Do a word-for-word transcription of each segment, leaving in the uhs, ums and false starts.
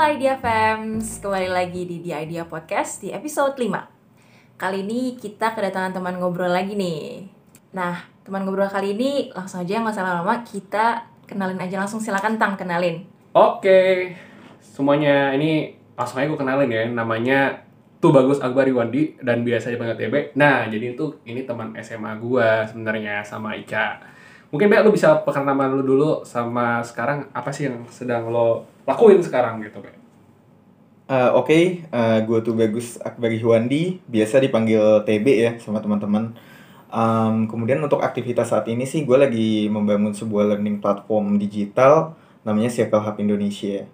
Idea Fams, kembali lagi di The Idea Podcast di episode lima. Kali ini kita kedatangan teman ngobrol lagi nih. Nah, teman ngobrol kali ini langsung aja nggak salah lama, kita kenalin aja langsung, silakan Tang, kenalin. Oke, semuanya ini langsung aja gue kenalin ya, namanya Tuh Bagus Akbar Iwandi dan biasa dipanggil T B. Nah, jadi itu ini teman S M A gue sebenarnya sama Ica. Mungkin Be, lu bisa perkenalan nama lu dulu sama sekarang apa sih yang sedang lo lakuin sekarang gitu, Be? Uh, Oke, okay. uh, gue tuh Bagus Akbar Iwandi, biasa dipanggil T B ya sama teman-teman. Um, kemudian untuk aktivitas saat ini sih gue lagi membangun sebuah learning platform digital namanya Circle Hub Indonesia.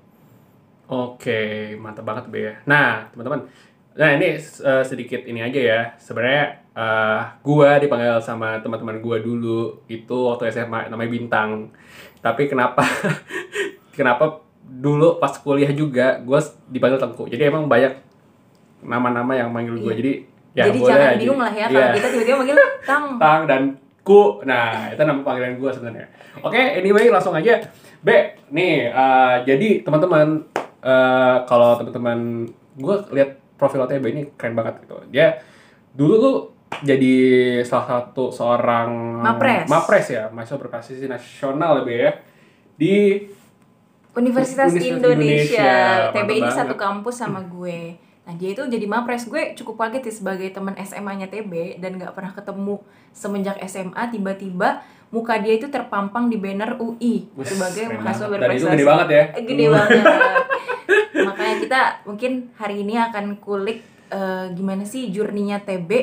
Oke, mantap banget Be ya. Nah, teman-teman, nah ini uh, sedikit ini aja ya. Sebenarnya uh, gue dipanggil sama teman-teman gue dulu itu waktu S M A namanya Bintang. Tapi kenapa kenapa dulu pas kuliah juga gue dipanggil Tengku. Jadi emang banyak nama-nama yang manggil gue. Iya. Jadi ya Jadi boleh jangan aja. bingung lah ya kalau Iya. kita tiba-tiba manggil Tang. Tang dan Ku. Nah, itu nama panggilan gue sebenarnya. Oke, anyway langsung aja. Be, nih uh, jadi teman-teman uh, kalau teman-teman gue lihat profil T B ini keren banget gitu. Dia dulu tuh jadi salah satu seorang Mapres. Mapres ya, mahasiswa berprestasi nasional ya, Be ya. Di Universitas, Universitas Indonesia, Indonesia. T B ini Mantap satu banget. kampus sama gue. Nah dia itu jadi mapres, gue cukup kaget sih sebagai teman S M A-nya T B dan nggak pernah ketemu semenjak S M A. Tiba-tiba muka dia itu terpampang di banner U I Wih, sebagai keren mahasiswa banget. Dan berprestasi. itu gede banget ya. Eh, Gede banget. Makanya kita mungkin hari ini akan kulik eh, gimana sih journey-nya T B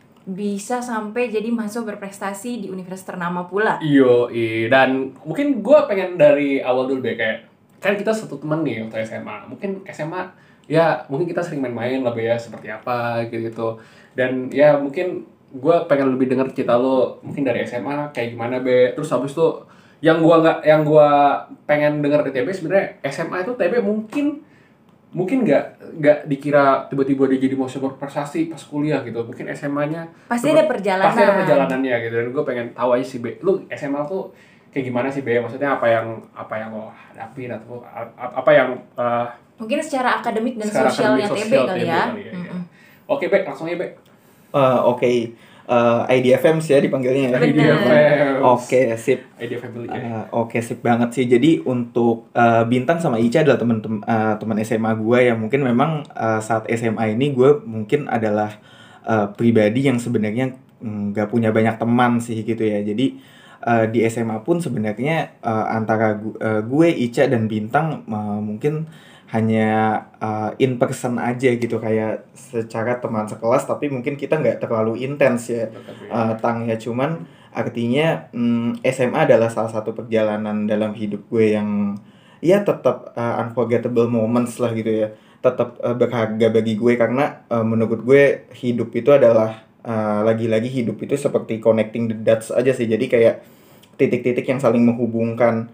bisa sampai jadi mahasiswa berprestasi di universitas ternama pula. Iyo, dan mungkin gue pengen dari awal dulu deh, kayak kan kita satu teman nih waktu S M A. Mungkin S M A ya mungkin kita sering main-main lah Be ya, seperti apa gitu-gitu. Dan ya mungkin gue pengen lebih denger cerita lo mungkin dari S M A kayak gimana Be. Terus habis itu yang gue nggak yang gue pengen denger dari T B sebenarnya S M A itu T B mungkin mungkin nggak nggak dikira tiba-tiba dia jadi mahasiswa berprestasi pas kuliah gitu. Mungkin S M A-nya Pasti ada perjalanan. pasti ada perjalanannya gitu. Dan gue pengen tahu aja sih Be, lu S M A tuh kayak gimana sih Be? Maksudnya apa yang apa yang lo hadapin atau apa yang uh, Mungkin secara akademik dan secara sosialnya akademik, T B sosial kali T B ya. kali ya, iya. Mm-mm. Oke Be, langsung aja Be. Uh, Oke, okay. uh, I D F M sih ya dipanggilnya ya. Bener. Idea Fams. Oke, sip. Idea Family ya. Uh, Oke, sip banget sih. Jadi untuk uh, Bintang sama Ica adalah teman-teman uh, teman S M A gue yang mungkin memang uh, saat S M A ini gue mungkin adalah uh, pribadi yang sebenarnya nggak punya banyak teman sih gitu ya. Jadi uh, di S M A pun sebenarnya uh, antara gu- uh, gue, Ica dan Bintang uh, mungkin hanya uh, in person aja gitu, kayak secara teman sekelas, tapi mungkin kita nggak terlalu intens ya. Uh, Tang ya, cuman artinya mm, S M A adalah salah satu perjalanan dalam hidup gue yang ya tetap uh, unforgettable moments lah gitu ya, tetap uh, berharga bagi gue karena uh, menurut gue hidup itu adalah uh, lagi-lagi hidup itu seperti connecting the dots aja sih. Jadi kayak titik-titik yang saling menghubungkan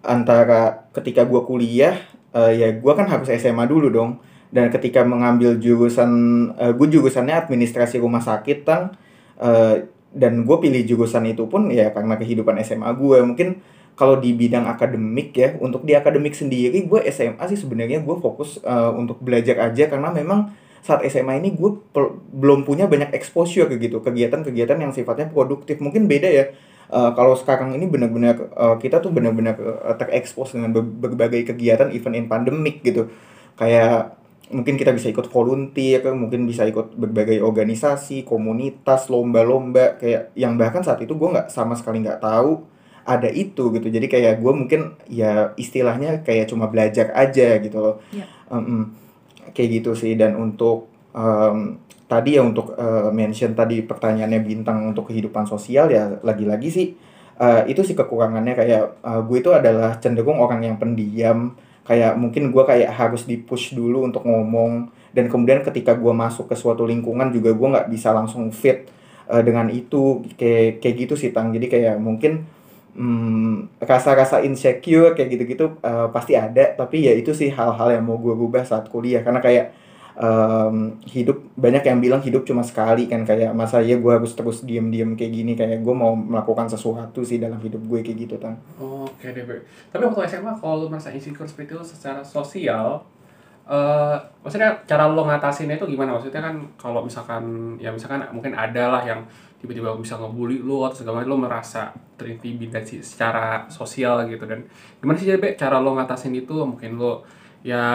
antara ketika gue kuliah, uh, ya gue kan harus S M A dulu dong, dan ketika mengambil jurusan uh, gue jurusannya administrasi rumah sakit Tang, uh, dan gue pilih jurusan itu pun ya karena kehidupan S M A gue. Mungkin kalau di bidang akademik ya, untuk di akademik sendiri gue S M A sih sebenarnya gue fokus uh, untuk belajar aja, karena memang saat S M A ini gue pel- belum punya banyak exposure ke gitu, kegiatan-kegiatan yang sifatnya produktif. Mungkin beda ya. Uh, kalau sekarang ini benar-benar uh, kita tuh benar-benar uh, terekspos dengan ber- berbagai kegiatan event in pandemic gitu. Kayak mungkin kita bisa ikut volunteer, mungkin bisa ikut berbagai organisasi, komunitas, lomba-lomba, kayak yang bahkan saat itu gue nggak sama sekali nggak tahu ada itu gitu. Jadi kayak gue mungkin ya istilahnya kayak cuma belajar aja gitu loh. Iya. Um, kayak gitu sih. Dan untuk um, tadi ya untuk uh, mention tadi pertanyaannya Bintang untuk kehidupan sosial, ya lagi-lagi sih uh, itu sih kekurangannya. Kayak uh, gue itu adalah cenderung orang yang pendiam, kayak mungkin gue kayak harus di-push dulu untuk ngomong, dan kemudian ketika gue masuk ke suatu lingkungan juga gue nggak bisa langsung fit uh, dengan itu, kayak kayak gitu sih Tang. Jadi kayak mungkin hmm, rasa-rasa insecure kayak gitu-gitu uh, pasti ada, tapi ya itu sih hal-hal yang mau gue rubah saat kuliah, karena kayak um, hidup, banyak yang bilang hidup cuma sekali kan, kayak masa ya gue harus terus diem-diem kayak gini, kayak gue mau melakukan sesuatu sih dalam hidup gue kayak gitu Tang. Oke deh Be. Tapi waktu S M A kalau lu merasa insecure seperti itu secara sosial, uh, maksudnya cara lo ngatasinnya itu gimana? Maksudnya kan kalau misalkan ya misalkan mungkin ada lah yang tiba-tiba bisa ngebully lo atau segala macam, lo merasa terintimidasi secara sosial gitu, dan gimana sih Be cara lo ngatasin itu? Mungkin lo ya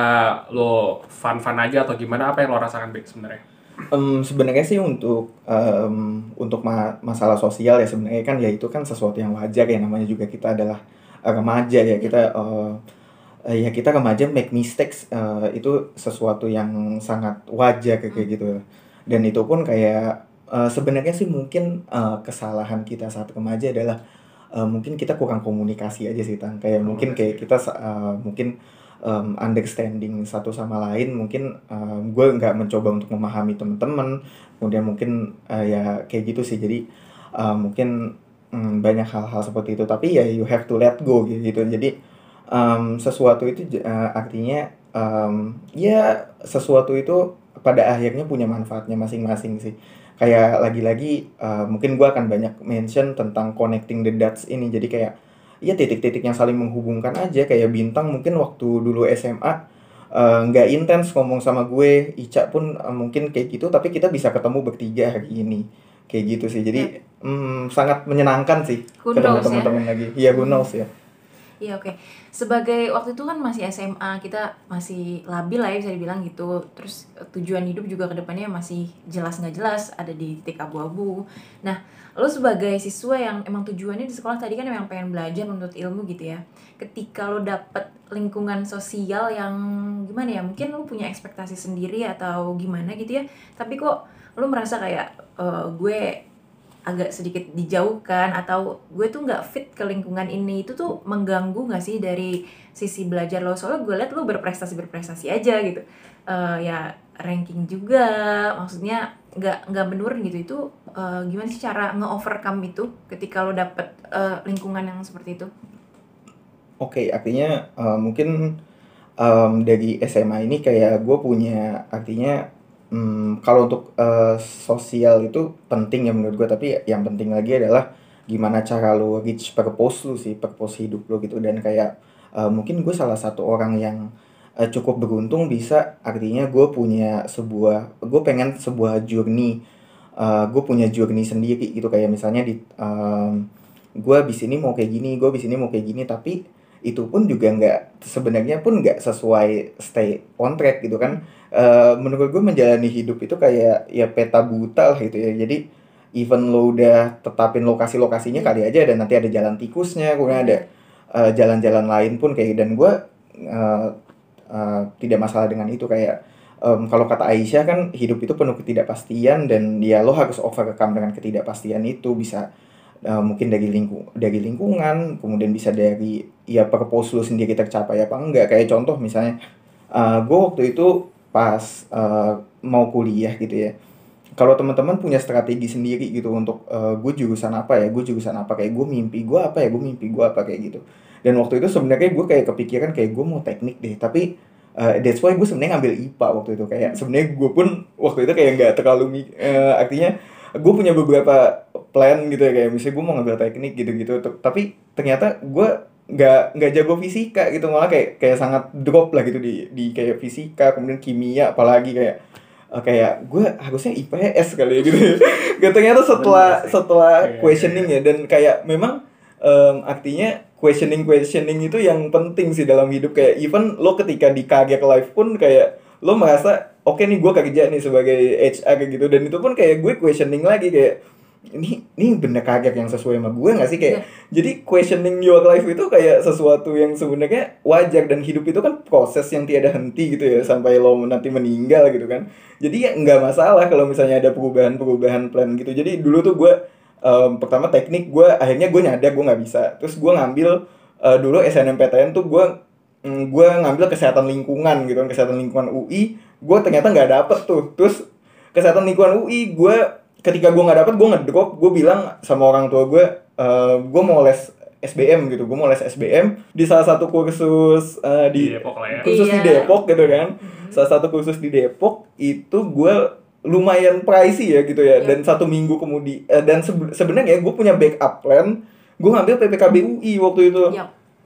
lo fun-fun aja atau gimana, apa yang lo rasakan Be sebenarnya? Um, sebenarnya sih untuk um, untuk ma- masalah sosial ya sebenarnya kan ya itu kan sesuatu yang wajar ya, namanya juga kita adalah uh, remaja ya, kita uh, uh, ya kita remaja make mistakes, uh, itu sesuatu yang sangat wajar kayak kayak gitu, dan itu pun kayak uh, sebenarnya sih mungkin uh, kesalahan kita saat remaja adalah uh, mungkin kita kurang komunikasi aja sih Tang, kayak mungkin kayak kita uh, mungkin um, understanding satu sama lain, mungkin um, gue nggak mencoba untuk memahami teman-teman, kemudian mungkin uh, ya kayak gitu sih, jadi uh, mungkin um, banyak hal-hal seperti itu, tapi ya you have to let go gitu, jadi um, sesuatu itu uh, artinya um, ya sesuatu itu pada akhirnya punya manfaatnya masing-masing sih, kayak lagi-lagi uh, mungkin gue akan banyak mention tentang connecting the dots ini, jadi kayak iya titik-titik yang saling menghubungkan aja, kayak Bintang mungkin waktu dulu S M A nggak uh, intens ngomong sama gue, Ica pun uh, mungkin kayak gitu, tapi kita bisa ketemu bertiga hari ini kayak gitu sih, jadi yep. mm, sangat menyenangkan sih ketemu teman-teman ya? Lagi iya who knows ya. Iya oke. Okay. Sebagai waktu itu kan masih S M A, kita masih labil lah ya bisa dibilang gitu. Terus tujuan hidup juga kedepannya masih jelas nggak jelas, ada di titik abu-abu. Nah, lo sebagai siswa yang emang tujuannya di sekolah tadi kan emang pengen belajar menuntut ilmu gitu ya. Ketika lo dapet lingkungan sosial yang gimana ya, mungkin lo punya ekspektasi sendiri atau gimana gitu ya. Tapi kok lo merasa kayak uh, gue agak sedikit dijauhkan atau gue tuh nggak fit ke lingkungan ini, itu tuh mengganggu nggak sih dari sisi belajar lo? Soalnya gue liat lo berprestasi berprestasi aja gitu, uh, ya ranking juga, maksudnya nggak nggak menurun gitu. Itu uh, gimana sih cara nge-overcome itu ketika lo dapet uh, lingkungan yang seperti itu? Oke, okay, artinya uh, mungkin um, dari S M A ini kayak gue punya artinya Hmm, kalau untuk uh, sosial itu penting ya menurut gue, tapi yang penting lagi adalah gimana cara lo reach purpose lo sih, purpose hidup lo gitu, dan kayak uh, mungkin gue salah satu orang yang uh, cukup beruntung bisa, artinya gue punya sebuah, gue pengen sebuah journey, uh, gue punya journey sendiri gitu, kayak misalnya di um, gue abis ini mau kayak gini, gue abis ini mau kayak gini, tapi itu pun juga nggak, sebenarnya pun nggak sesuai stay on track gitu kan. Uh, menurut gue menjalani hidup itu kayak ya peta buta lah gitu ya, jadi even lo udah tetapin lokasi-lokasinya kali aja, dan nanti ada jalan tikusnya, kemudian ada uh, jalan-jalan lain pun kayak, dan gue uh, uh, tidak masalah dengan itu, kayak um, kalau kata Aisyah kan hidup itu penuh ketidakpastian, dan ya lo harus overcome dengan ketidakpastian itu, bisa Uh, mungkin dari lingkung dari lingkungan, kemudian bisa dari ya purpose lu sendiri tercapai apa enggak, kayak contoh misalnya uh, gue waktu itu pas uh, mau kuliah gitu ya, kalau teman-teman punya strategi sendiri gitu untuk uh, gue jurusan apa ya, gue jurusan apa, kayak gue mimpi gue apa ya, gue mimpi gue apa kayak gitu, dan waktu itu sebenarnya gue kayak kepikiran kayak gue mau teknik deh, tapi uh, that's why gue sebenarnya ngambil I P A waktu itu, kayak sebenarnya gue pun waktu itu kayak nggak terlalu uh, artinya gue punya beberapa plan gitu ya, kayak misalnya gue mau ngambil teknik gitu-gitu, tapi ternyata gue nggak nggak jago fisika gitu, malah kayak kayak sangat drop lah gitu di di kayak fisika, kemudian kimia apalagi, kayak uh, kayak gue harusnya I P S kali ya gitu. Gak, ternyata setelah setelah questioning ya, dan kayak memang um, artinya questioning questioning itu yang penting sih dalam hidup, kayak even lo ketika di karir life pun kayak lo merasa oke okay nih gue kerja nih sebagai H R gitu, dan itu pun kayak gue questioning lagi, kayak ini ini bener karir yang sesuai sama gue nggak sih, kayak yeah. Jadi questioning your life itu kayak sesuatu yang sebenarnya wajar, dan hidup itu kan proses yang tiada henti gitu ya, sampai lo nanti meninggal gitu kan, jadi ya nggak masalah kalau misalnya ada perubahan-perubahan plan gitu. Jadi dulu tuh gue um, pertama teknik, gue akhirnya gue nyadar gue nggak bisa, terus gue ngambil uh, dulu S N M P T N tuh gue gue ngambil kesehatan lingkungan gitu kan, kesehatan lingkungan U I, gue ternyata nggak dapet tuh. Terus kesehatan lingkungan U I, gue ketika gue nggak dapet, gue ngedrop, gue bilang sama orang tua gue, uh, gue mau les S B M gitu, gue mau les S B M di salah satu kursus uh, di, di Depok lah ya. kursus iya. di Depok gitu kan, mm-hmm. salah satu kursus di Depok itu gue lumayan pricey ya gitu ya, yep. Dan satu minggu kemudian uh, dan sebe- sebenarnya gue punya backup plan, gue ngambil P P K B U I waktu itu. Yep.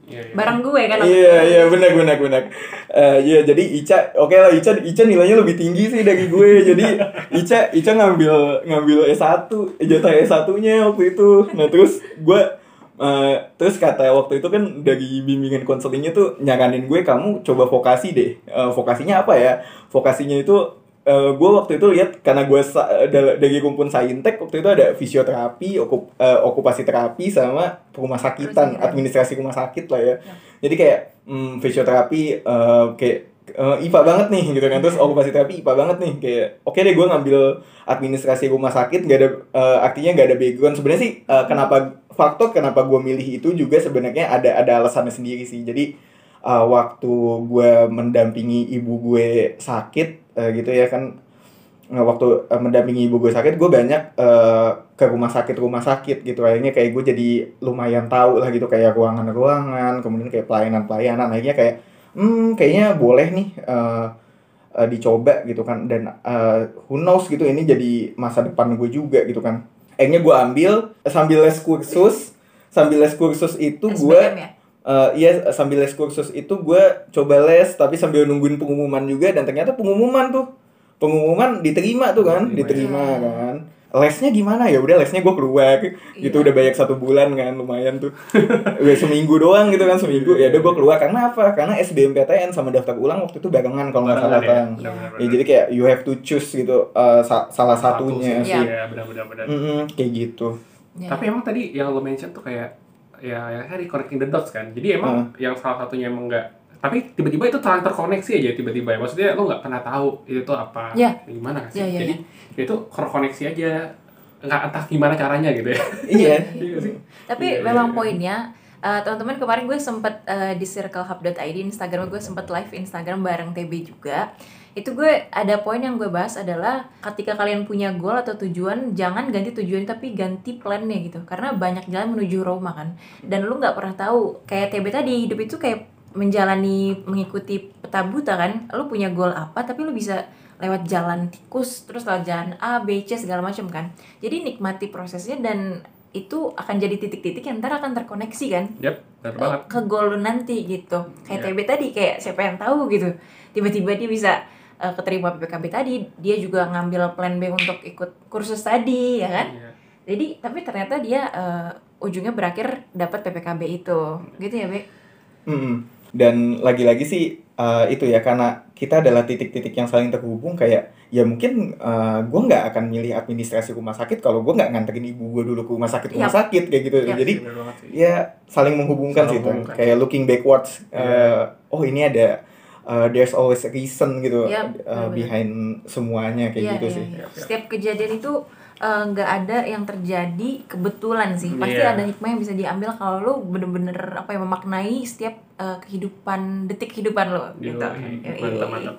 Iya, iya. bareng gue kan. Iya iya benar benar benar. Eh iya jadi Ica oke lah Ica Ica nilainya lebih tinggi sih dari gue. Jadi Ica Ica ngambil ngambil S satu jatah S satu-nya waktu itu. Nah terus gue uh, terus kata waktu itu kan dari bimbingan konselingnya tuh nyaranin gue kamu coba vokasi deh. Uh, vokasinya apa ya? Vokasinya itu Uh, gue waktu itu lihat karena gue sa- dari rumpun saintek waktu itu ada fisioterapi, okup, uh, okupasi terapi sama rumah sakitan, administrasi rumah sakit lah ya. Ya. Jadi kayak hmm, fisioterapi uh, kayak uh, I P A banget nih gitu kan, terus okupasi terapi I P A banget nih kayak oke okay deh gue ngambil administrasi rumah sakit nggak ada uh, artinya nggak ada background sebenarnya sih uh, kenapa faktor kenapa gue milih itu juga sebenarnya ada ada alasannya sendiri sih. Jadi uh, waktu gue mendampingi ibu gue sakit Uh, gitu ya kan uh, waktu uh, mendampingi ibu gue sakit gue banyak uh, ke rumah sakit rumah sakit gitu akhirnya kayak gue jadi lumayan tahu lah gitu kayak ruangan-ruangan kemudian kayak pelayanan-pelayanan akhirnya kayak hmm kayaknya boleh nih uh, uh, dicoba gitu kan dan uh, who knows gitu ini jadi masa depan gue juga gitu kan akhirnya gue ambil sambil les kursus sambil les kursus itu gue Uh, iya sambil les kursus itu gue coba les tapi sambil nungguin pengumuman juga dan ternyata pengumuman tuh pengumuman diterima tuh kan diterima ya. Kan lesnya gimana ya udah lesnya gue keluar gitu iya. Udah banyak satu bulan kan lumayan tuh udah seminggu doang gitu kan seminggu ya udah gue keluar karena apa karena S B M P T N sama daftar ulang waktu itu barengan kalau nggak salah kan ya. Ya jadi kayak you have to choose gitu uh, sa- salah satunya Satu, sih ya, benar-benar mm-hmm, kayak gitu ya. Tapi emang tadi yang lo mention tuh kayak ya yang tadi connecting the dots kan jadi emang uh. yang salah satunya emang enggak tapi tiba-tiba itu terkoneksi aja tiba-tiba maksudnya lo nggak pernah tahu itu tuh apa yeah. gimana sih yeah, yeah, jadi yeah. itu terkoneksi aja nggak entah gimana caranya gitu ya iya tapi yeah, memang yeah. poinnya uh, teman-teman kemarin gue sempet uh, di circle hub dot i d Instagram gue sempet live Instagram bareng T B juga itu gue ada poin yang gue bahas adalah ketika kalian punya goal atau tujuan jangan ganti tujuan tapi ganti plannya gitu karena banyak jalan menuju Roma kan dan lu nggak pernah tahu kayak T B tadi hidup itu kayak menjalani mengikuti peta buta kan lu punya goal apa tapi lu bisa lewat jalan tikus terus lewat jalan A B C segala macam kan jadi nikmati prosesnya dan itu akan jadi titik-titik yang ntar akan terkoneksi kan yep, benar banget. Ke goal lu nanti gitu kayak yeah. T B tadi kayak siapa yang tahu gitu tiba-tiba dia bisa uh, keterima P P K B tadi dia juga ngambil plan B untuk ikut kursus tadi ya kan yeah. Jadi tapi ternyata dia uh, ujungnya berakhir dapat P P K B itu gitu ya Be mm-hmm. Dan lagi-lagi sih uh, itu ya karena kita adalah titik-titik yang saling terhubung kayak ya mungkin uh, gue nggak akan milih administrasi rumah sakit kalau gue nggak nganterin ibu gue dulu ke rumah sakit rumah yep. sakit kayak gitu yep. Jadi ya saling menghubungkan sih tuh kayak looking backwards uh, yeah. Oh ini ada uh, there's always a reason gitu yep. uh, behind semuanya kayak yeah, gitu yeah, sih yeah. Setiap kejadian itu nggak uh, ada yang terjadi kebetulan sih pasti yeah. Ada hikmah yang bisa diambil kalau lo bener-bener apa ya memaknai setiap uh, kehidupan detik kehidupan lo gitu. Mantap mantap.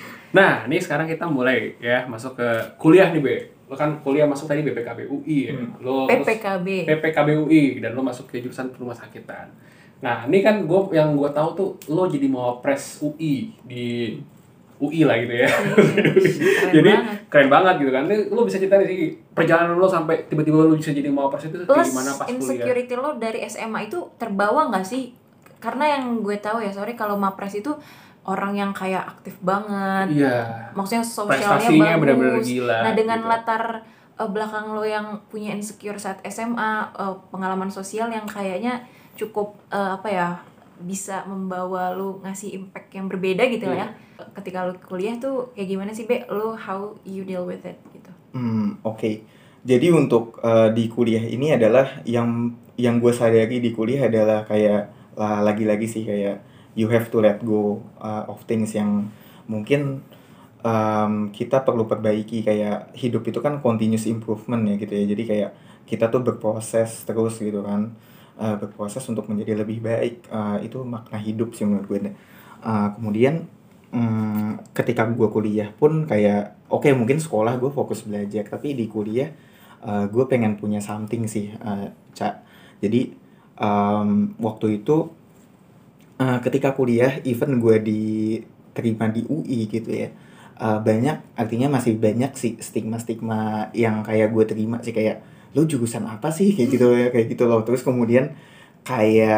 Nah ini sekarang kita mulai ya masuk ke kuliah nih Be. Lo kan kuliah masuk tadi B P K B U I ya. Lo P P K B. P P K B U I dan lo masuk ke jurusan rumah sakitan. Nah ini kan gue yang gue tahu tuh lo jadi mau pres U I di U I lah gitu ya. Keren jadi banget. Keren banget gitu kan. Lo bisa ceritain sih perjalanan lo sampai tiba-tiba lo bisa jadi mawapres itu plus gimana pas kuliah? insecurity lo dari S M A itu terbawa nggak sih? Karena yang gue tahu ya sorry kalau mapres itu orang yang kayak aktif banget. Iya. Maksudnya sosialnya bagus. Benar-benar gila. Nah dengan gitu. latar uh, belakang lo yang punya insecure saat S M A, uh, pengalaman sosial yang kayaknya cukup uh, apa ya bisa membawa lu ngasih impact yang berbeda gitu lah hmm. ya. Ketika lu kuliah tuh kayak gimana sih Be? Lu how you deal with it gitu. Hmm, oke. Okay. Jadi untuk uh, di kuliah ini adalah yang yang gue sadari di kuliah adalah kayak lah lagi-lagi sih kayak you have to let go uh, of things yang mungkin um, kita perlu perbaiki kayak hidup itu kan continuous improvement ya gitu ya. Jadi kayak kita tuh berproses terus gitu kan. Uh, berproses untuk menjadi lebih baik uh, itu makna hidup sih menurut gue. Uh, kemudian um, ketika gue kuliah pun kayak oke okay, mungkin sekolah gue fokus belajar tapi di kuliah uh, gue pengen punya something sih uh, Cak. Jadi um, waktu itu uh, ketika kuliah even gue diterima di U I gitu ya uh, banyak artinya masih banyak sih stigma-stigma yang kayak gue terima sih kayak lo jurusan apa sih kayak gitu ya kayak gitu loh terus kemudian kayak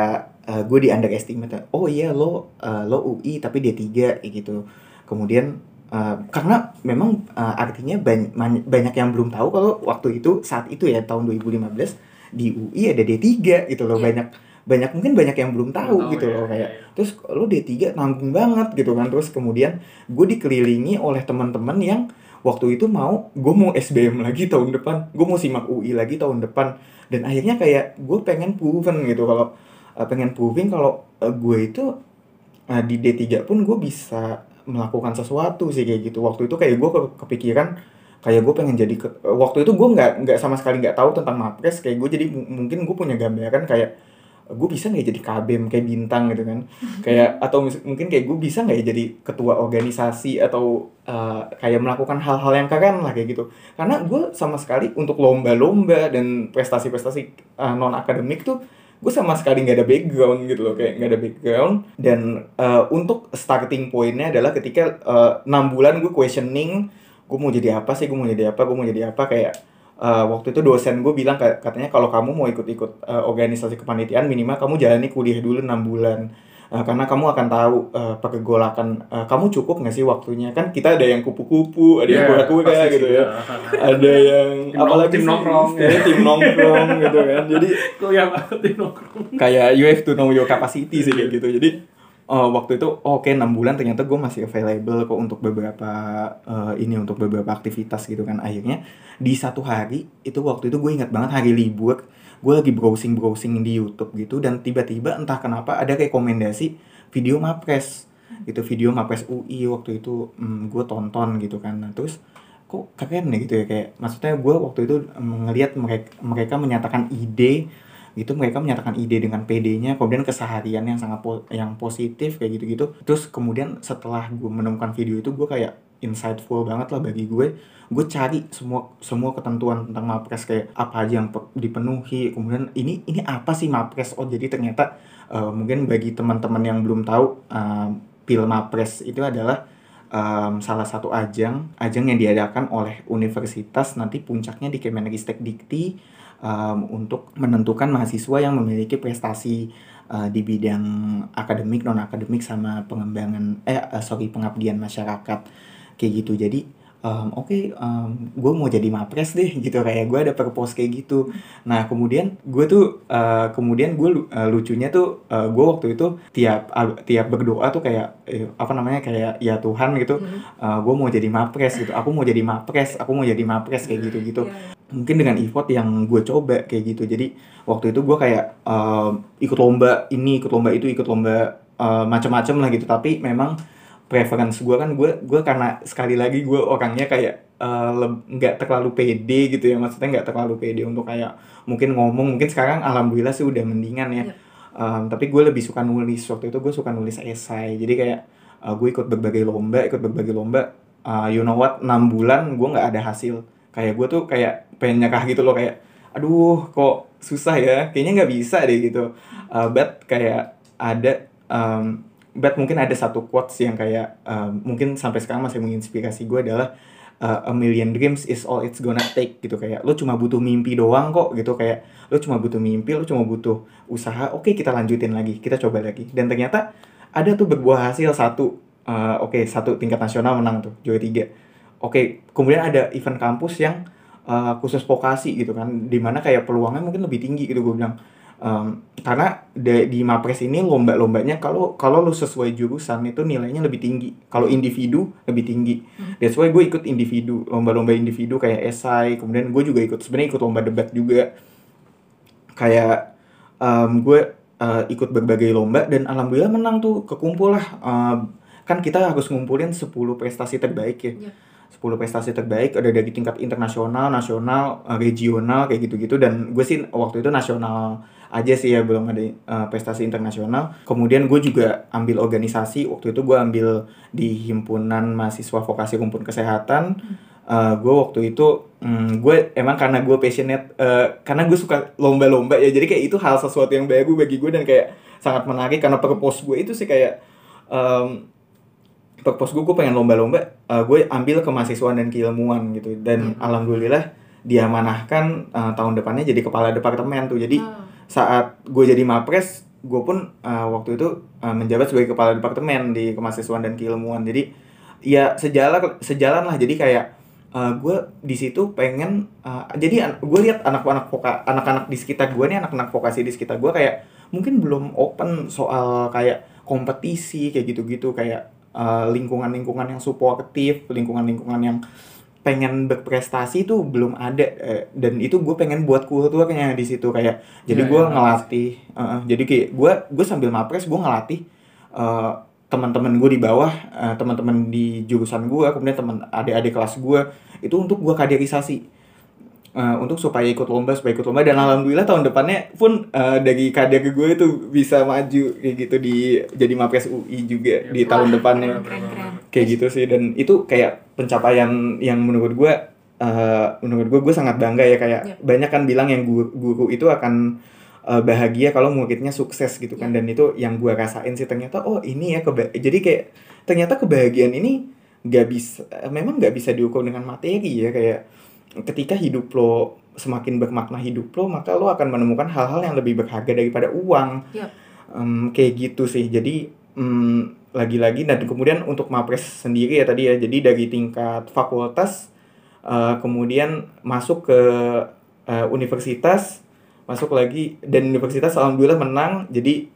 uh, gue di underestimate, oh iya lo uh, lo U I tapi D tiga kayak gitu. Kemudian uh, karena memang uh, artinya banyak, banyak yang belum tahu kalau waktu itu saat itu ya tahun dua ribu lima belas di U I ada D tiga gitu loh. Yeah. banyak banyak mungkin banyak yang belum tahu oh, gitu ya, loh kayak ya. Terus lo D tiga nanggung banget gitu kan. Terus kemudian gue dikelilingi oleh teman-teman yang waktu itu mau gue mau S B M lagi tahun depan, gue mau simak U I lagi tahun depan, dan akhirnya kayak gue pengen proven gitu kalau uh, pengen proving kalau uh, gue itu uh, di D tiga pun gue bisa melakukan sesuatu sih kayak gitu. Waktu itu kayak gue ke- kepikiran kayak gue pengen jadi ke- waktu itu gue nggak nggak sama sekali nggak tahu tentang Mapres, kayak gue jadi m- mungkin gue punya gambaran kayak gue bisa nggak jadi K B M kayak Bintang gitu kan, kayak atau mis- mungkin kayak gue bisa nggak ya jadi ketua organisasi atau uh, kayak melakukan hal-hal yang keren lah kayak gitu. Karena gue sama sekali untuk lomba-lomba dan prestasi-prestasi uh, non akademik tuh gue sama sekali nggak ada background gitu loh, kayak nggak ada background. Dan uh, untuk starting pointnya adalah ketika uh, enam bulan gue questioning gue mau jadi apa sih, gue mau jadi apa, gue mau jadi apa kayak uh, waktu itu dosen gue bilang katanya kalau kamu mau ikut-ikut uh, organisasi kepanitiaan minimal kamu jalani kuliah dulu enam bulan. Uh, karena kamu akan tahu uh, pergolakan uh, kamu cukup nggak sih waktunya, kan kita ada yang kupu-kupu, ada yang yeah, kura-kura gitu ya, ada yang tim apalagi tim sih, nongkrong ya, tim nongkrong gitu kan. Jadi kuliah banget tim nongkrong, kayak you have to know your capacity sih kayak gitu. Jadi uh, waktu itu oh, oke okay, enam bulan ternyata gue masih available kok untuk beberapa uh, ini untuk beberapa aktivitas gitu kan. Akhirnya di satu hari itu waktu itu gue ingat banget hari libur, gue lagi browsing-browsing di YouTube gitu, dan tiba-tiba entah kenapa ada rekomendasi video Mapres gitu, video Mapres U I waktu itu hmm, gue tonton gitu kan. Nah, terus kok keren ya gitu ya, kayak maksudnya gue waktu itu ngelihat mereka mereka menyatakan ide gitu, mereka menyatakan ide dengan P D-nya, kemudian keseharian yang sangat po- yang positif kayak gitu-gitu. Terus kemudian setelah gue menemukan video itu gue kayak insightful banget lah bagi gue. Gue cari semua semua ketentuan tentang Mapres, kayak apa aja yang pe- dipenuhi. Kemudian ini ini apa sih Mapres? Oh jadi ternyata uh, mungkin bagi teman-teman yang belum tahu, uh, Pil Mapres itu adalah um, salah satu ajang ajang yang diadakan oleh universitas, nanti puncaknya di Kemenristek Dikti, um, untuk menentukan mahasiswa yang memiliki prestasi uh, di bidang akademik, non akademik, sama pengembangan eh uh, sorry pengabdian masyarakat kayak gitu. Jadi um, oke okay, um, gue mau jadi Mapres deh gitu, kayak gue ada purpose kayak gitu. Nah kemudian gue tuh uh, kemudian gue uh, lucunya tuh uh, gue waktu itu tiap uh, tiap berdoa tuh kayak eh, apa namanya kayak ya Tuhan gitu, uh, gue mau jadi Mapres gitu, aku mau jadi Mapres, aku mau jadi Mapres kayak gitu gitu. Mungkin dengan effort yang gue coba kayak gitu. Jadi waktu itu gue kayak uh, ikut lomba ini, ikut lomba itu, ikut lomba uh, macam-macam lah gitu. Tapi memang preference gue kan gue gue karena sekali lagi gue orangnya kayak nggak uh, terlalu pede gitu ya, maksudnya nggak terlalu pede untuk kayak mungkin ngomong. Mungkin sekarang alhamdulillah sih udah mendingan ya. Yep. Um, tapi gue lebih suka nulis, waktu itu gue suka nulis esai. Jadi kayak uh, gue ikut berbagai lomba ikut berbagai lomba uh, you know what, enam bulan gue nggak ada hasil. Kayak gue tuh kayak pengen nyerah gitu loh, kayak aduh kok susah ya, kayaknya nggak bisa deh gitu. uh, but kayak ada um, but mungkin ada satu quotes yang kayak uh, mungkin sampai sekarang masih menginspirasi gue adalah uh, a million dreams is all it's gonna take gitu. Kayak lo cuma butuh mimpi doang kok gitu, kayak lo cuma butuh mimpi, lo cuma butuh usaha. Oke okay, kita lanjutin lagi, kita coba lagi. Dan ternyata ada tuh berbuah hasil satu, uh, oke okay, satu tingkat nasional menang tuh juara tiga. Oke okay, kemudian ada event kampus yang uh, khusus vokasi gitu kan, dimana kayak peluangnya mungkin lebih tinggi gitu gue bilang. Um, karena de, di Mapres ini lomba-lombanya kalau kalau lu sesuai jurusan itu nilainya lebih tinggi, kalau individu lebih tinggi. That's why gue ikut individu, lomba-lomba individu kayak esai. Kemudian gue juga ikut sebenarnya ikut lomba debat juga, kayak um, gue uh, ikut berbagai lomba dan alhamdulillah menang tuh, kekumpul lah. Um, kan kita harus ngumpulin sepuluh prestasi terbaik ya. Yeah. sepuluh prestasi terbaik, ada dari tingkat internasional, nasional, regional kayak gitu-gitu. Dan gue sih waktu itu nasional aja sih ya, belum ada uh, prestasi internasional. Kemudian gue juga ambil organisasi, waktu itu gue ambil di himpunan mahasiswa vokasi rumpun kesehatan. uh, gue waktu itu um, gue emang karena gue passionate, uh, karena gue suka lomba-lomba ya, jadi kayak itu hal sesuatu yang baru bagi gue dan kayak sangat menarik. Karena purpose gue itu sih kayak um, purpose gue, gue pengen lomba-lomba, uh, gue ambil kemahasiswaan dan keilmuan gitu. Dan hmm. alhamdulillah diamanahkan uh, tahun depannya jadi kepala departemen tuh. Jadi hmm. saat gue jadi Mapres, gue pun uh, waktu itu uh, menjabat sebagai kepala departemen di kemahasiswaan dan keilmuan. Jadi ya sejalan sejalan lah. Jadi kayak uh, gue di situ pengen uh, jadi gue lihat anak-anak voka, anak-anak di sekitar gue nih, anak-anak vokasi di sekitar gue kayak mungkin belum open soal kayak kompetisi kayak gitu-gitu, kayak uh, lingkungan-lingkungan yang suportif, lingkungan-lingkungan yang pengen berprestasi tuh belum ada, eh, dan itu gue pengen buat kulturnya di situ kayak jadi Ya, gue ya, ngelatih uh, jadi kayak gue gue sambil mapres gue ngelatih uh, teman-teman gue di bawah, uh, teman-teman di jurusan gue, kemudian teman adik-adik kelas gue itu untuk gue kaderisasi. Uh, untuk supaya ikut lomba, supaya ikut lomba, dan alhamdulillah tahun depannya pun uh, dari kader gue itu bisa maju kayak gitu di jadi mapres U I juga ya, di Wah, tahun depannya. keren, keren. Kayak gitu sih, dan itu kayak pencapaian yang menurut gue uh, menurut gue gue sangat bangga ya, kayak Yep. banyak kan bilang yang guru, guru itu akan uh, bahagia kalau muridnya sukses gitu kan. Yep. Dan itu yang gue rasain sih, ternyata oh ini ya keba- jadi kayak ternyata kebahagiaan ini nggak bisa, memang nggak bisa diukur dengan materi ya. Kayak ketika hidup lo semakin bermakna hidup lo, maka lo akan menemukan hal-hal yang lebih berharga daripada uang. Yep. Um, kayak gitu sih. Jadi um, lagi-lagi, dan kemudian untuk mapres sendiri ya tadi ya, jadi dari tingkat fakultas uh, kemudian masuk ke uh, universitas, masuk lagi, dan universitas alhamdulillah menang. Jadi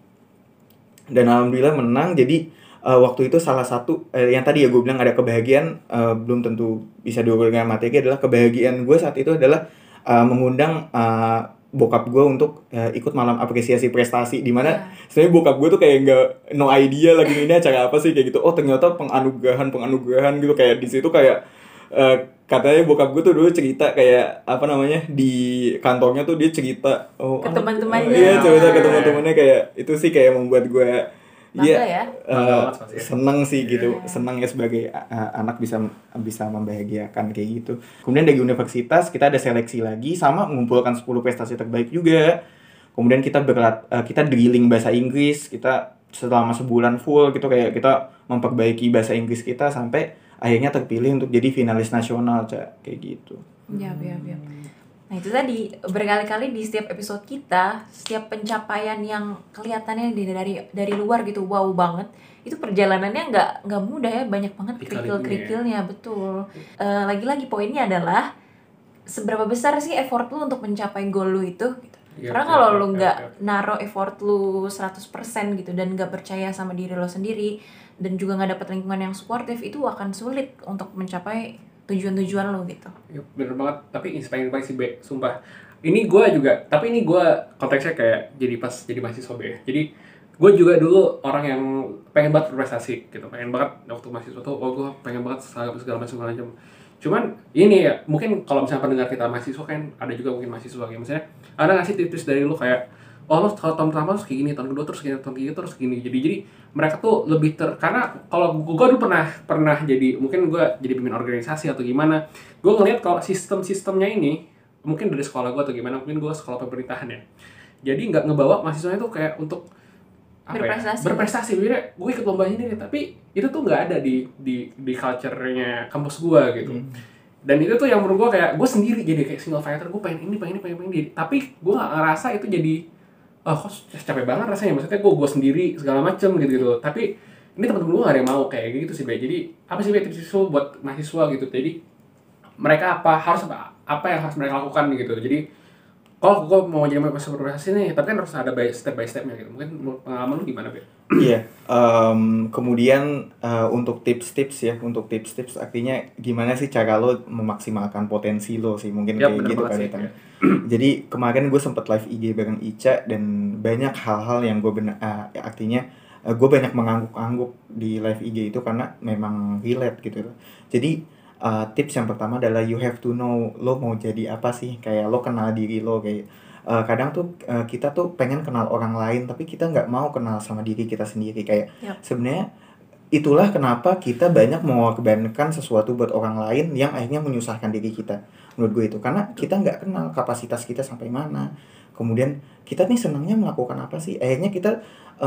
dan alhamdulillah menang jadi Uh, waktu itu salah satu uh, yang tadi ya gue bilang ada kebahagiaan, uh, belum tentu bisa diukur dengan materi, adalah kebahagiaan gue saat itu adalah uh, mengundang uh, bokap gue untuk uh, ikut malam apresiasi prestasi, di mana yeah. sebenarnya bokap gue tuh kayak nggak no idea lagi ini acara apa sih kayak gitu. Oh ternyata penganugerahan penganugerahan gitu, kayak di situ kayak uh, katanya bokap gue tuh dulu cerita kayak apa namanya di kantornya tuh dia cerita oh, ke teman-temannya. Uh, iya cerita ke teman-temannya, kayak itu sih kayak membuat gue Iya, ya, uh, seneng sih gitu, yeah. seneng ya sebagai uh, anak bisa bisa membahagiakan kayak gitu. Kemudian dari universitas kita ada seleksi lagi, sama mengumpulkan sepuluh prestasi terbaik juga. Kemudian kita berlat, uh, kita drilling bahasa Inggris, kita selama sebulan full gitu, kayak kita memperbaiki bahasa Inggris kita sampai akhirnya terpilih untuk jadi finalis nasional, Cak, kayak gitu. Iya, iya, iya. Nah itu tadi, berkali-kali di setiap episode kita, setiap pencapaian yang kelihatannya dari dari luar gitu wow banget, itu perjalanannya nggak nggak mudah ya, banyak banget kerikil-kerikilnya, betul. Uh, lagi-lagi poinnya adalah seberapa besar sih effort lu untuk mencapai goal lu itu gitu. Ya, karena kalau lu nggak naruh effort lu seratus persen gitu dan nggak percaya sama diri lo sendiri dan juga nggak dapet lingkungan yang suportif, itu akan sulit untuk mencapai tujuan-tujuan lo gitu. Ya, bener banget, tapi inspiring banget sih Be, sumpah. Ini gue juga, tapi ini gue konteksnya kayak jadi pas jadi mahasiswa Be. Jadi gue juga dulu orang yang pengen banget berprestasi gitu, pengen banget waktu mahasiswa tuh, oh gue pengen banget segala, segala macam segala macam. Cuman ini ya, mungkin kalau misalnya pendengar kita mahasiswa kan ada juga mungkin mahasiswa kayak misalnya ada ngasih tips dari lu kayak oh lo tahun pertama terus kayak gini, tahun kedua terus gini, tahun ketiga terus gini. Jadi jadi mereka tuh lebih ter, karena kalau gue dulu pernah pernah jadi, mungkin gue jadi pemimpin organisasi atau gimana, gue ngeliat kalau sistem-sistemnya ini mungkin dari sekolah gue atau gimana, mungkin gue sekolah pemerintahan ya, jadi nggak ngebawa mahasiswanya tuh kayak untuk apa berprestasi. ya berprestasi jadi gue ikut lomba ini nih, tapi itu tuh nggak ada di di di culture-nya kampus gue gitu. hmm. Dan itu tuh yang menurut gue kayak gue sendiri jadi kayak single fighter, gue pengen ini pengen ini pengen ini, tapi gue nggak ngerasa itu jadi oh kok capek banget rasanya, maksudnya gue gue sendiri segala macem gitu gitu. Tapi ini teman-teman gue gak ada yang mau kayak gitu sih Be. Jadi apa sih Be tips itu buat mahasiswa gitu, jadi mereka apa harus apa, apa yang harus mereka lakukan gitu. Jadi kalau gue mau jadi mahasiswa berprestasi nih, tapi kan harus ada by step by stepnya gitu. Mungkin pengalaman lu gimana Be? Iya, um, kemudian uh, untuk tips-tips ya, untuk tips-tips artinya gimana sih cara lo memaksimalkan potensi lo sih, mungkin ya, kayak gitu kali ya. Jadi kemarin gue sempet live I G bareng Ica, dan banyak hal-hal yang gue benar, uh, artinya uh, gue banyak mengangguk-angguk di live I G itu karena memang relate gitu loh. Jadi uh, tips yang pertama adalah you have to know lo mau jadi apa sih, kayak lo kenal diri lo. Kayak uh, kadang tuh uh, kita tuh pengen kenal orang lain, tapi kita nggak mau kenal sama diri kita sendiri. Kayak yep. sebenarnya itulah kenapa kita banyak mengorbankan sesuatu buat orang lain yang akhirnya menyusahkan diri kita. Menurut gue itu karena kita nggak kenal kapasitas kita sampai mana, kemudian kita nih senangnya melakukan apa sih, akhirnya kita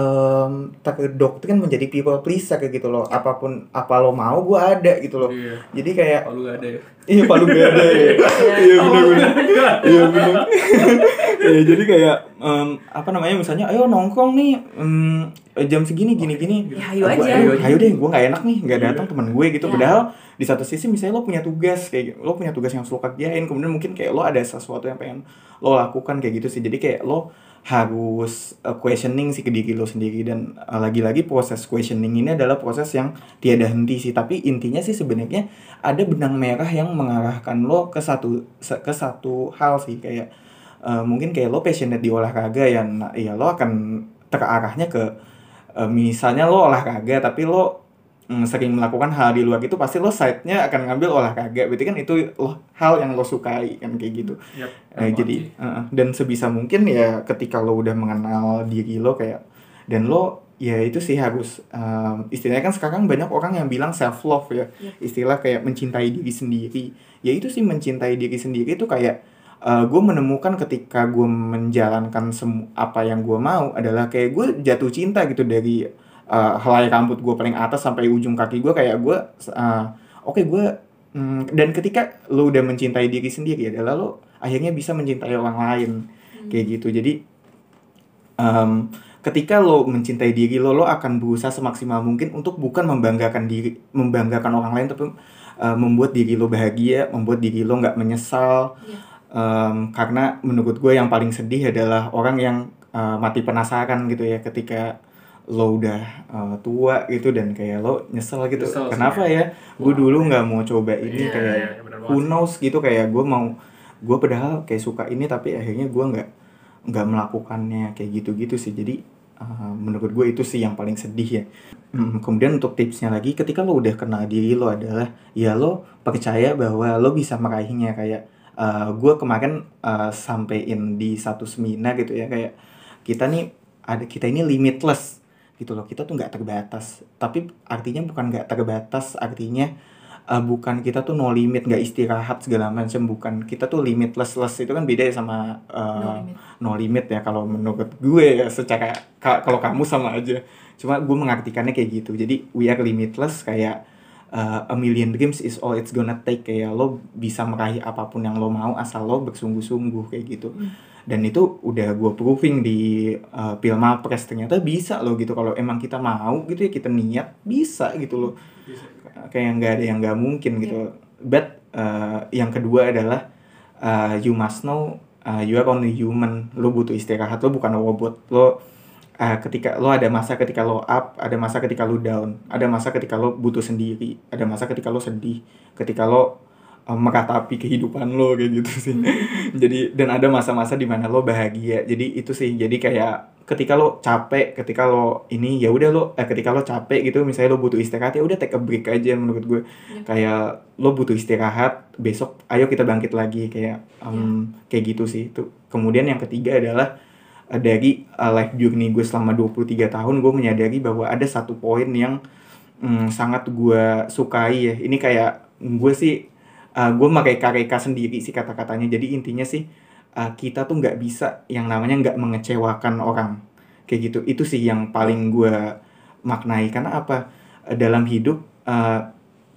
um, terdoktrin menjadi people pleaser kayak gitu loh. Apapun apa lo mau gue ada gitu loh. Iya. Jadi kayak palu gak ada ya. Iya palu gak ada ya. Iya benar-benar. Iya benar. Ya jadi kayak um, apa namanya misalnya ayo nongkrong nih um, jam segini gini gini. Ya, ayo Ah, gua, aja. Ayo, ayo deh, gue nggak enak nih nggak datang Iya. teman gue gitu. Ya. Padahal di satu sisi misalnya lo punya tugas kayak lo punya tugas yang harus lo kerjain, kemudian mungkin kayak lo ada sesuatu yang pengen lo lakukan kayak gitu sih. Jadi kayak lo harus uh, questioning sih ke diri lo sendiri, dan uh, lagi-lagi proses questioning ini adalah proses yang tiada henti sih. Tapi intinya sih sebenarnya ada benang merah yang mengarahkan lo ke satu ke satu hal sih, kayak uh, mungkin kayak lo passionate di olahraga ya, nah, ya lo akan terarahnya ke uh, misalnya lo olahraga tapi lo mm, sering melakukan hal di luar itu, pasti lo side-nya akan ngambil olahraga, berarti kan itu lo, hal yang lo sukai kan kayak gitu. Yap, Eh, jadi uh, dan sebisa mungkin ya ketika lo udah mengenal diri lo kayak, dan lo ya itu sih harus um, istilahnya kan sekarang banyak orang yang bilang self love ya, Yep. istilah kayak mencintai diri sendiri. Ya itu sih mencintai diri sendiri itu kayak uh, gue menemukan ketika gue menjalankan semu apa yang gue mau adalah kayak gue jatuh cinta gitu dari uh, helai rambut gue paling atas sampai ujung kaki gue, kayak gue uh, oke okay, gue mm, dan ketika lo udah mencintai diri sendiri adalah lo akhirnya bisa mencintai orang lain kayak gitu. Jadi um, ketika lo mencintai diri lo, lo akan berusaha semaksimal mungkin untuk bukan membanggakan diri, membanggakan orang lain, tapi uh, membuat diri lo bahagia, membuat diri lo nggak menyesal. Iya. Um, karena menurut gue yang paling sedih adalah orang yang uh, mati penasaran gitu ya ketika lo udah uh, tua gitu dan kayak lo nyesel gitu. Nyesel sih, Kenapa ya. ya? Gue dulu nggak mau coba ini, Iya, kayak iya, benar banget who sih. knows gitu, kayak gue mau, gue padahal kayak suka ini tapi akhirnya gue nggak nggak melakukannya kayak gitu-gitu sih. Jadi uh, menurut gue itu sih yang paling sedih ya. Hmm, kemudian untuk tipsnya lagi, ketika lo udah kenal diri lo adalah ya lo percaya bahwa lo bisa meraihnya. Kayak uh, gue kemarin uh, sampein di satu seminar gitu ya, kayak kita nih ada kita ini limitless gitu loh, kita tuh nggak terbatas. Tapi artinya bukan nggak terbatas, artinya uh, bukan kita tuh no limit, nggak istirahat segala macam, bukan. Kita tuh limitless. Less itu kan beda ya sama uh, No limit. no limit ya kalau menurut gue ya, secara ka, kalau kamu sama aja, cuma gue mengartikannya kayak gitu. Jadi we are limitless, kayak uh, a million dreams is all it's gonna take, kayak lo bisa meraih apapun yang lo mau asal lo bersungguh-sungguh kayak gitu. Dan itu udah gue proving di uh, Pilmapres, ternyata bisa lo gitu, kalau emang kita mau gitu ya, kita niat bisa gitu loh. Bisa. Kayak nggak ada yang nggak mungkin gitu. But uh, yang kedua adalah uh, you must know uh, you are only human. Lo butuh istirahat, lo bukan robot. Lo uh, ketika lo ada masa ketika lo up, ada masa ketika lo down, ada masa ketika lo butuh sendiri, ada masa ketika lo sedih, ketika lo uh, meratapi kehidupan lo kayak gitu sih. Jadi dan ada masa-masa di mana lo bahagia. Jadi itu sih. Jadi kayak ketika lo capek, ketika lo ini ya udah lo eh, ketika lo capek gitu, misalnya lo butuh istirahat, ya udah take a break aja menurut gue. Yep. Kayak lo butuh istirahat, besok ayo kita bangkit lagi, kayak um, kayak gitu sih itu. Kemudian yang ketiga adalah uh, dari uh, life journey gue selama dua puluh tiga tahun, gue menyadari bahwa ada satu poin yang um, sangat gue sukai ya. Ini kayak gue sih uh, gue mereka-reka sendiri sih kata-katanya. Jadi intinya sih uh, kita tuh nggak bisa yang namanya nggak mengecewakan orang kayak gitu. Itu sih yang paling gue maknai. Karena apa, Uh, dalam hidup uh,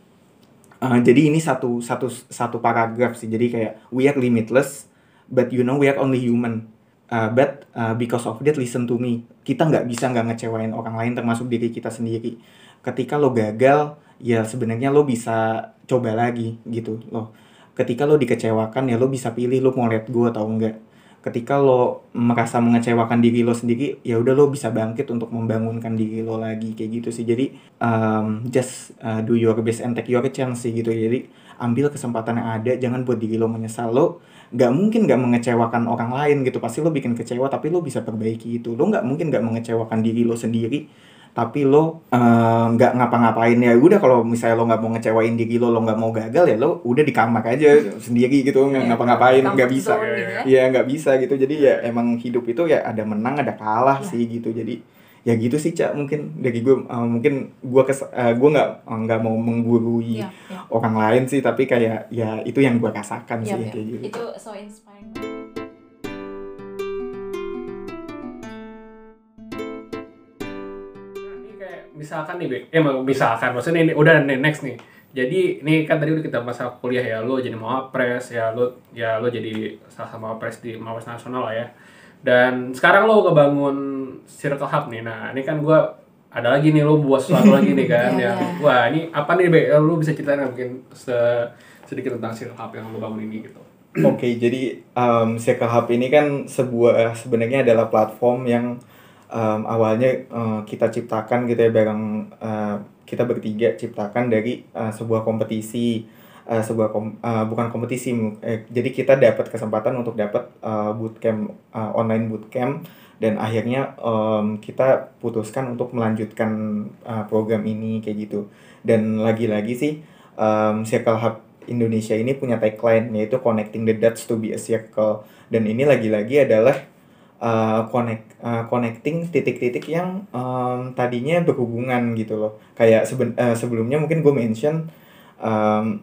uh, jadi ini satu satu satu paragraf sih. Jadi kayak we are limitless but you know we are only human, uh, but uh, because of that listen to me. Kita nggak bisa nggak ngecewain orang lain, termasuk diri kita sendiri. Ketika lo gagal ya sebenarnya lo bisa coba lagi gitu loh. Ketika lo dikecewakan ya lo bisa pilih lo mau let go atau enggak. Ketika lo merasa mengecewakan diri lo sendiri, ya udah lo bisa bangkit untuk membangunkan diri lo lagi kayak gitu sih. Jadi um, just uh, do your best and take your chance sih gitu. Jadi ambil kesempatan yang ada, jangan buat diri lo menyesal. Lo nggak mungkin nggak mengecewakan orang lain gitu, pasti lo bikin kecewa tapi lo bisa perbaiki itu. Lo nggak mungkin nggak mengecewakan diri lo sendiri tapi lo nggak uh, ngapa-ngapain. Ya udah, kalau misalnya lo nggak mau ngecewain diri lo, lo nggak mau gagal, ya lo udah di kamar aja sendiri gitu, nggak Yeah, ngapa-ngapain, nggak comfort bisa. zone gitu ya. Iya nggak bisa gitu. Jadi ya emang hidup itu ya ada menang ada kalah Yeah. sih gitu. Jadi ya gitu sih Cak, mungkin dari gue uh, mungkin gue kes uh, gue nggak nggak mau menggurui Yeah, yeah. orang lain sih, tapi kayak ya itu yang gue rasakan Yap, sih yap. kayak gitu. Itu so inspiring. Nah, ini kayak misalkan nih, Bek. Eh, misalkan maksudnya ini udah nih, next nih. jadi ini kan tadi udah kita masa kuliah ya, lo jadi mawapres ya, lo ya lo jadi salah satu mawapres di Mawapres Nasional lah ya. Dan sekarang lo ngebangun Circle Hub nih. Nah, ini kan gue ada lagi nih, lo buat sesuatu lagi nih kan. Yeah, yang yeah. wah ini apa nih Be? Lo bisa ceritain nggak mungkin se- sedikit tentang Circle Hub yang lo bangun ini gitu. Oke, jadi um, Circle Hub ini kan sebuah sebenarnya adalah platform yang um, awalnya uh, kita ciptakan gitu ya bareng uh, kita bertiga ciptakan dari uh, sebuah kompetisi uh, sebuah kom- uh, bukan kompetisi eh, jadi kita dapat kesempatan untuk dapat uh, bootcamp uh, online bootcamp dan akhirnya um, kita putuskan untuk melanjutkan uh, program ini kayak gitu. Dan lagi-lagi sih um, Circle Hub Indonesia ini punya tagline yaitu connecting the dots to be a circle, dan ini lagi-lagi adalah Uh, connect uh, connecting titik-titik yang um, tadinya berhubungan gitu loh. Kayak seben, uh, sebelumnya mungkin gue mention um,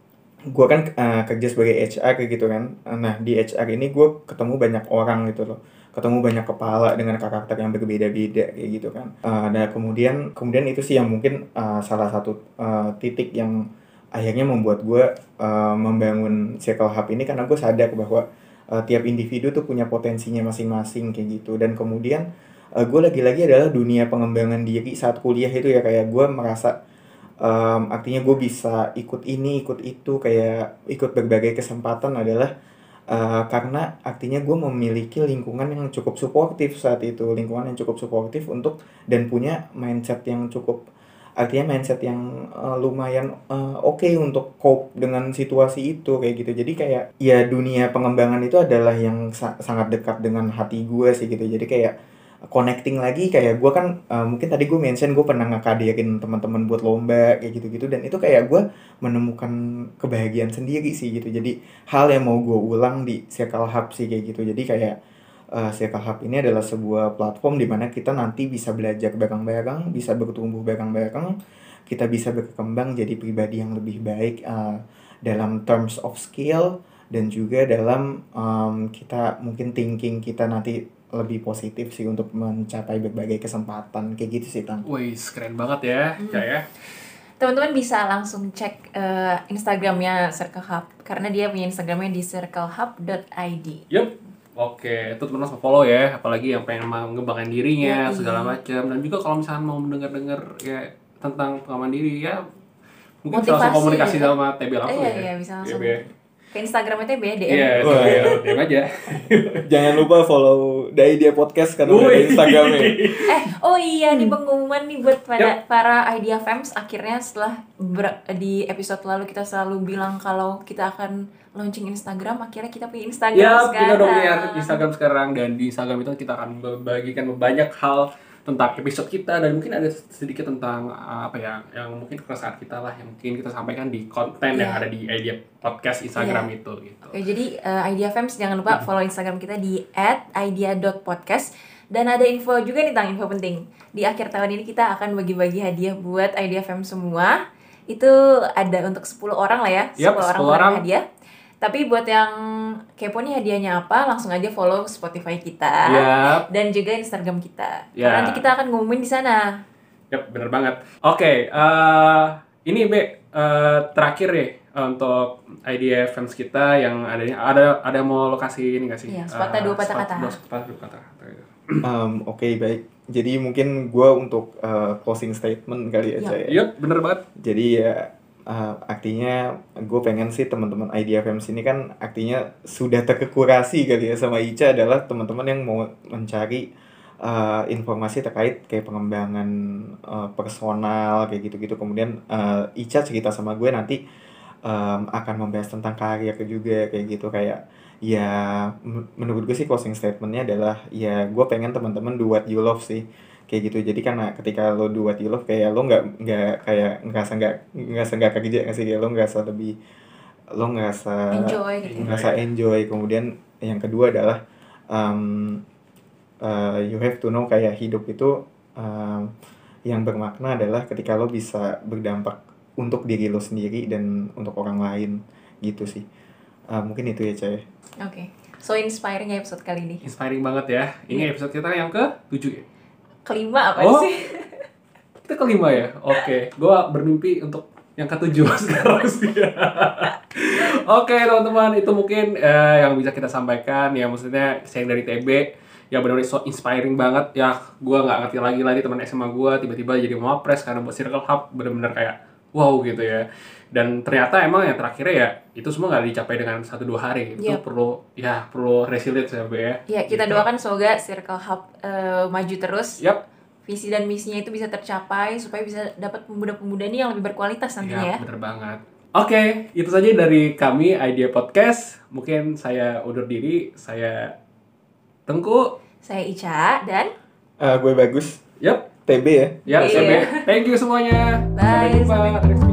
gue kan uh, kerja sebagai H R gitu kan. Nah di H R ini gue ketemu banyak orang gitu loh, ketemu banyak kepala dengan karakter yang berbeda-beda kayak gitu kan. Uh, nah kemudian kemudian itu sih yang mungkin uh, salah satu uh, titik yang akhirnya membuat gue uh, membangun Circle Hub ini, karena gue sadar bahwa Uh, tiap individu tuh punya potensinya masing-masing kayak gitu. Dan kemudian uh, gue lagi-lagi adalah dunia pengembangan diri saat kuliah itu ya, kayak gue merasa um, artinya gue bisa ikut ini ikut itu, kayak ikut berbagai kesempatan adalah uh, karena artinya gue memiliki lingkungan yang cukup suportif saat itu, lingkungan yang cukup suportif untuk dan punya mindset yang cukup artinya mindset yang uh, lumayan uh, oke okay untuk cope dengan situasi itu kayak gitu. Jadi kayak ya dunia pengembangan itu adalah yang sa- sangat dekat dengan hati gue sih gitu. Jadi kayak connecting lagi, kayak gue kan uh, mungkin tadi gue mention gue pernah ngekadirin teman-teman buat lomba kayak gitu-gitu, dan itu kayak gue menemukan kebahagiaan sendiri sih gitu. Jadi hal yang mau gue ulang di Circle Hub sih kayak gitu. Jadi kayak Uh, Circle Hub ini adalah sebuah platform di mana kita nanti bisa belajar bareng-bareng, bisa bertumbuh bareng-bareng, kita bisa berkembang jadi pribadi yang lebih baik uh, dalam terms of skill, dan juga dalam um, kita mungkin thinking kita nanti lebih positif sih untuk mencapai berbagai kesempatan kayak gitu sih, Tang. Wih, keren banget ya, Hmm. Cak ya. Teman-teman bisa langsung cek uh, Instagramnya Circle Hub karena dia punya Instagramnya di circlehub dot i d. Yup. Oke, itu teman-teman langsung follow ya, apalagi yang pengen mengembangkan dirinya Yoi. segala macam, dan juga kalau misalnya mau mendengar-dengar ya tentang pengembangan diri ya mungkin bisa Motivasi langsung komunikasi ya. sama T B langsung Iya, ya. iya, bisa langsung. Iya, Ke Instagramnya T B D M. Iya, Wah. iya, D M aja. Jangan lupa follow Dai Dia Podcast karena udah ada Wih. Instagramnya. Eh, oh iya, nih pengumuman nih buat pada Yap. para Idea Fams. Akhirnya setelah ber- di episode lalu kita selalu bilang kalau kita akan launching Instagram, akhirnya kita punya Instagram Ya, sekarang. kita udah punya Instagram sekarang, dan di Instagram itu kita akan membagikan banyak hal tentang episode kita, dan mungkin ada sedikit tentang uh, apa ya, yang mungkin keresahan kita lah yang mungkin kita sampaikan di konten yang Iya. ada di Idea Podcast Instagram Iya. itu gitu. Oke, jadi uh, Idea Fams jangan lupa follow Instagram kita di at idea dot podcast. Dan ada info juga nih, Tang, info penting. Di akhir tahun ini kita akan bagi-bagi hadiah buat Idea Fams semua. Itu ada untuk sepuluh orang lah ya, Yap, sepuluh orang sepuluh penerima orang. hadiah. Tapi buat yang kepo nih hadiahnya apa, langsung aja follow Spotify kita. Yap. Dan juga Instagram kita. Ya. Karena nanti kita akan ngumumin di sana. Yap, bener banget. Oke, eh ini Be, eh, terakhir deh eh, untuk Idea Fans kita yang ada ada ada mau lokasi ini nggak sih? Iya, sepatah Eh, dua patah kata. sepatah dua sepatah dua kata kata gitu. Um, Oke, baik. Jadi mungkin gue untuk uh, closing statement kali Iya. aja ya. Yap, bener banget. Jadi ya uh, artinya gue pengen sih teman-teman Idea Fams ini kan artinya sudah terkurasi kali ya sama Ica, adalah teman-teman yang mau mencari uh, informasi terkait kayak pengembangan uh, personal kayak gitu-gitu. Kemudian uh, Ica cerita sama gue nanti um, akan membahas tentang karir juga kayak gitu. Kayak ya m- menurut gue sih closing statementnya adalah ya gue pengen teman-teman do what you love sih kayak gitu. Jadi karena ketika lo do what you love, kayak lo nggak nggak kayak ngerasa nggak ngerasa nggak kerja nggak sih, kayak lo ngerasa lebih lo ngerasa Enjoy gitu. ngerasa enjoy. Kemudian yang kedua adalah um, uh, you have to know kayak hidup itu um, yang bermakna adalah ketika lo bisa berdampak untuk diri lo sendiri dan untuk orang lain gitu sih. Uh, mungkin itu ya, Cah. Oke. So inspiring ya episode kali ini. Inspiring banget ya. Ini Iya. episode kita yang ke tujuh ya? Kelima apa Oh. sih? Kita kelima ya? Oke. Gua bermimpi untuk yang ketujuh sekarang sih. Oke teman-teman, itu mungkin uh, yang bisa kita sampaikan ya, maksudnya saya dari T B yang benar-benar so inspiring banget ya. Gue nggak ngerti lagi lagi teman S M A gue tiba-tiba jadi Mapres karena buat Circle Hub, benar-benar kayak wow gitu ya. Dan ternyata emang yang terakhirnya ya itu semua nggak dicapai dengan satu dua hari. Itu Yep. perlu ya perlu resilient ya Bu ya. Ya, kita Gitu. doakan semoga Circle Hub uh, maju terus. Yap. Visi dan misinya itu bisa tercapai supaya bisa dapat pemuda-pemuda nih yang lebih berkualitas nantinya ya. Ya, bener banget. Oke, itu saja dari kami Idea Podcast. Mungkin saya undur diri, saya Tengku. Saya Ica dan Eh, gue bagus. Yap. T B ya. Ya, Iya. T B. Thank you semuanya. Bye, Sampai jumpa. sampai Next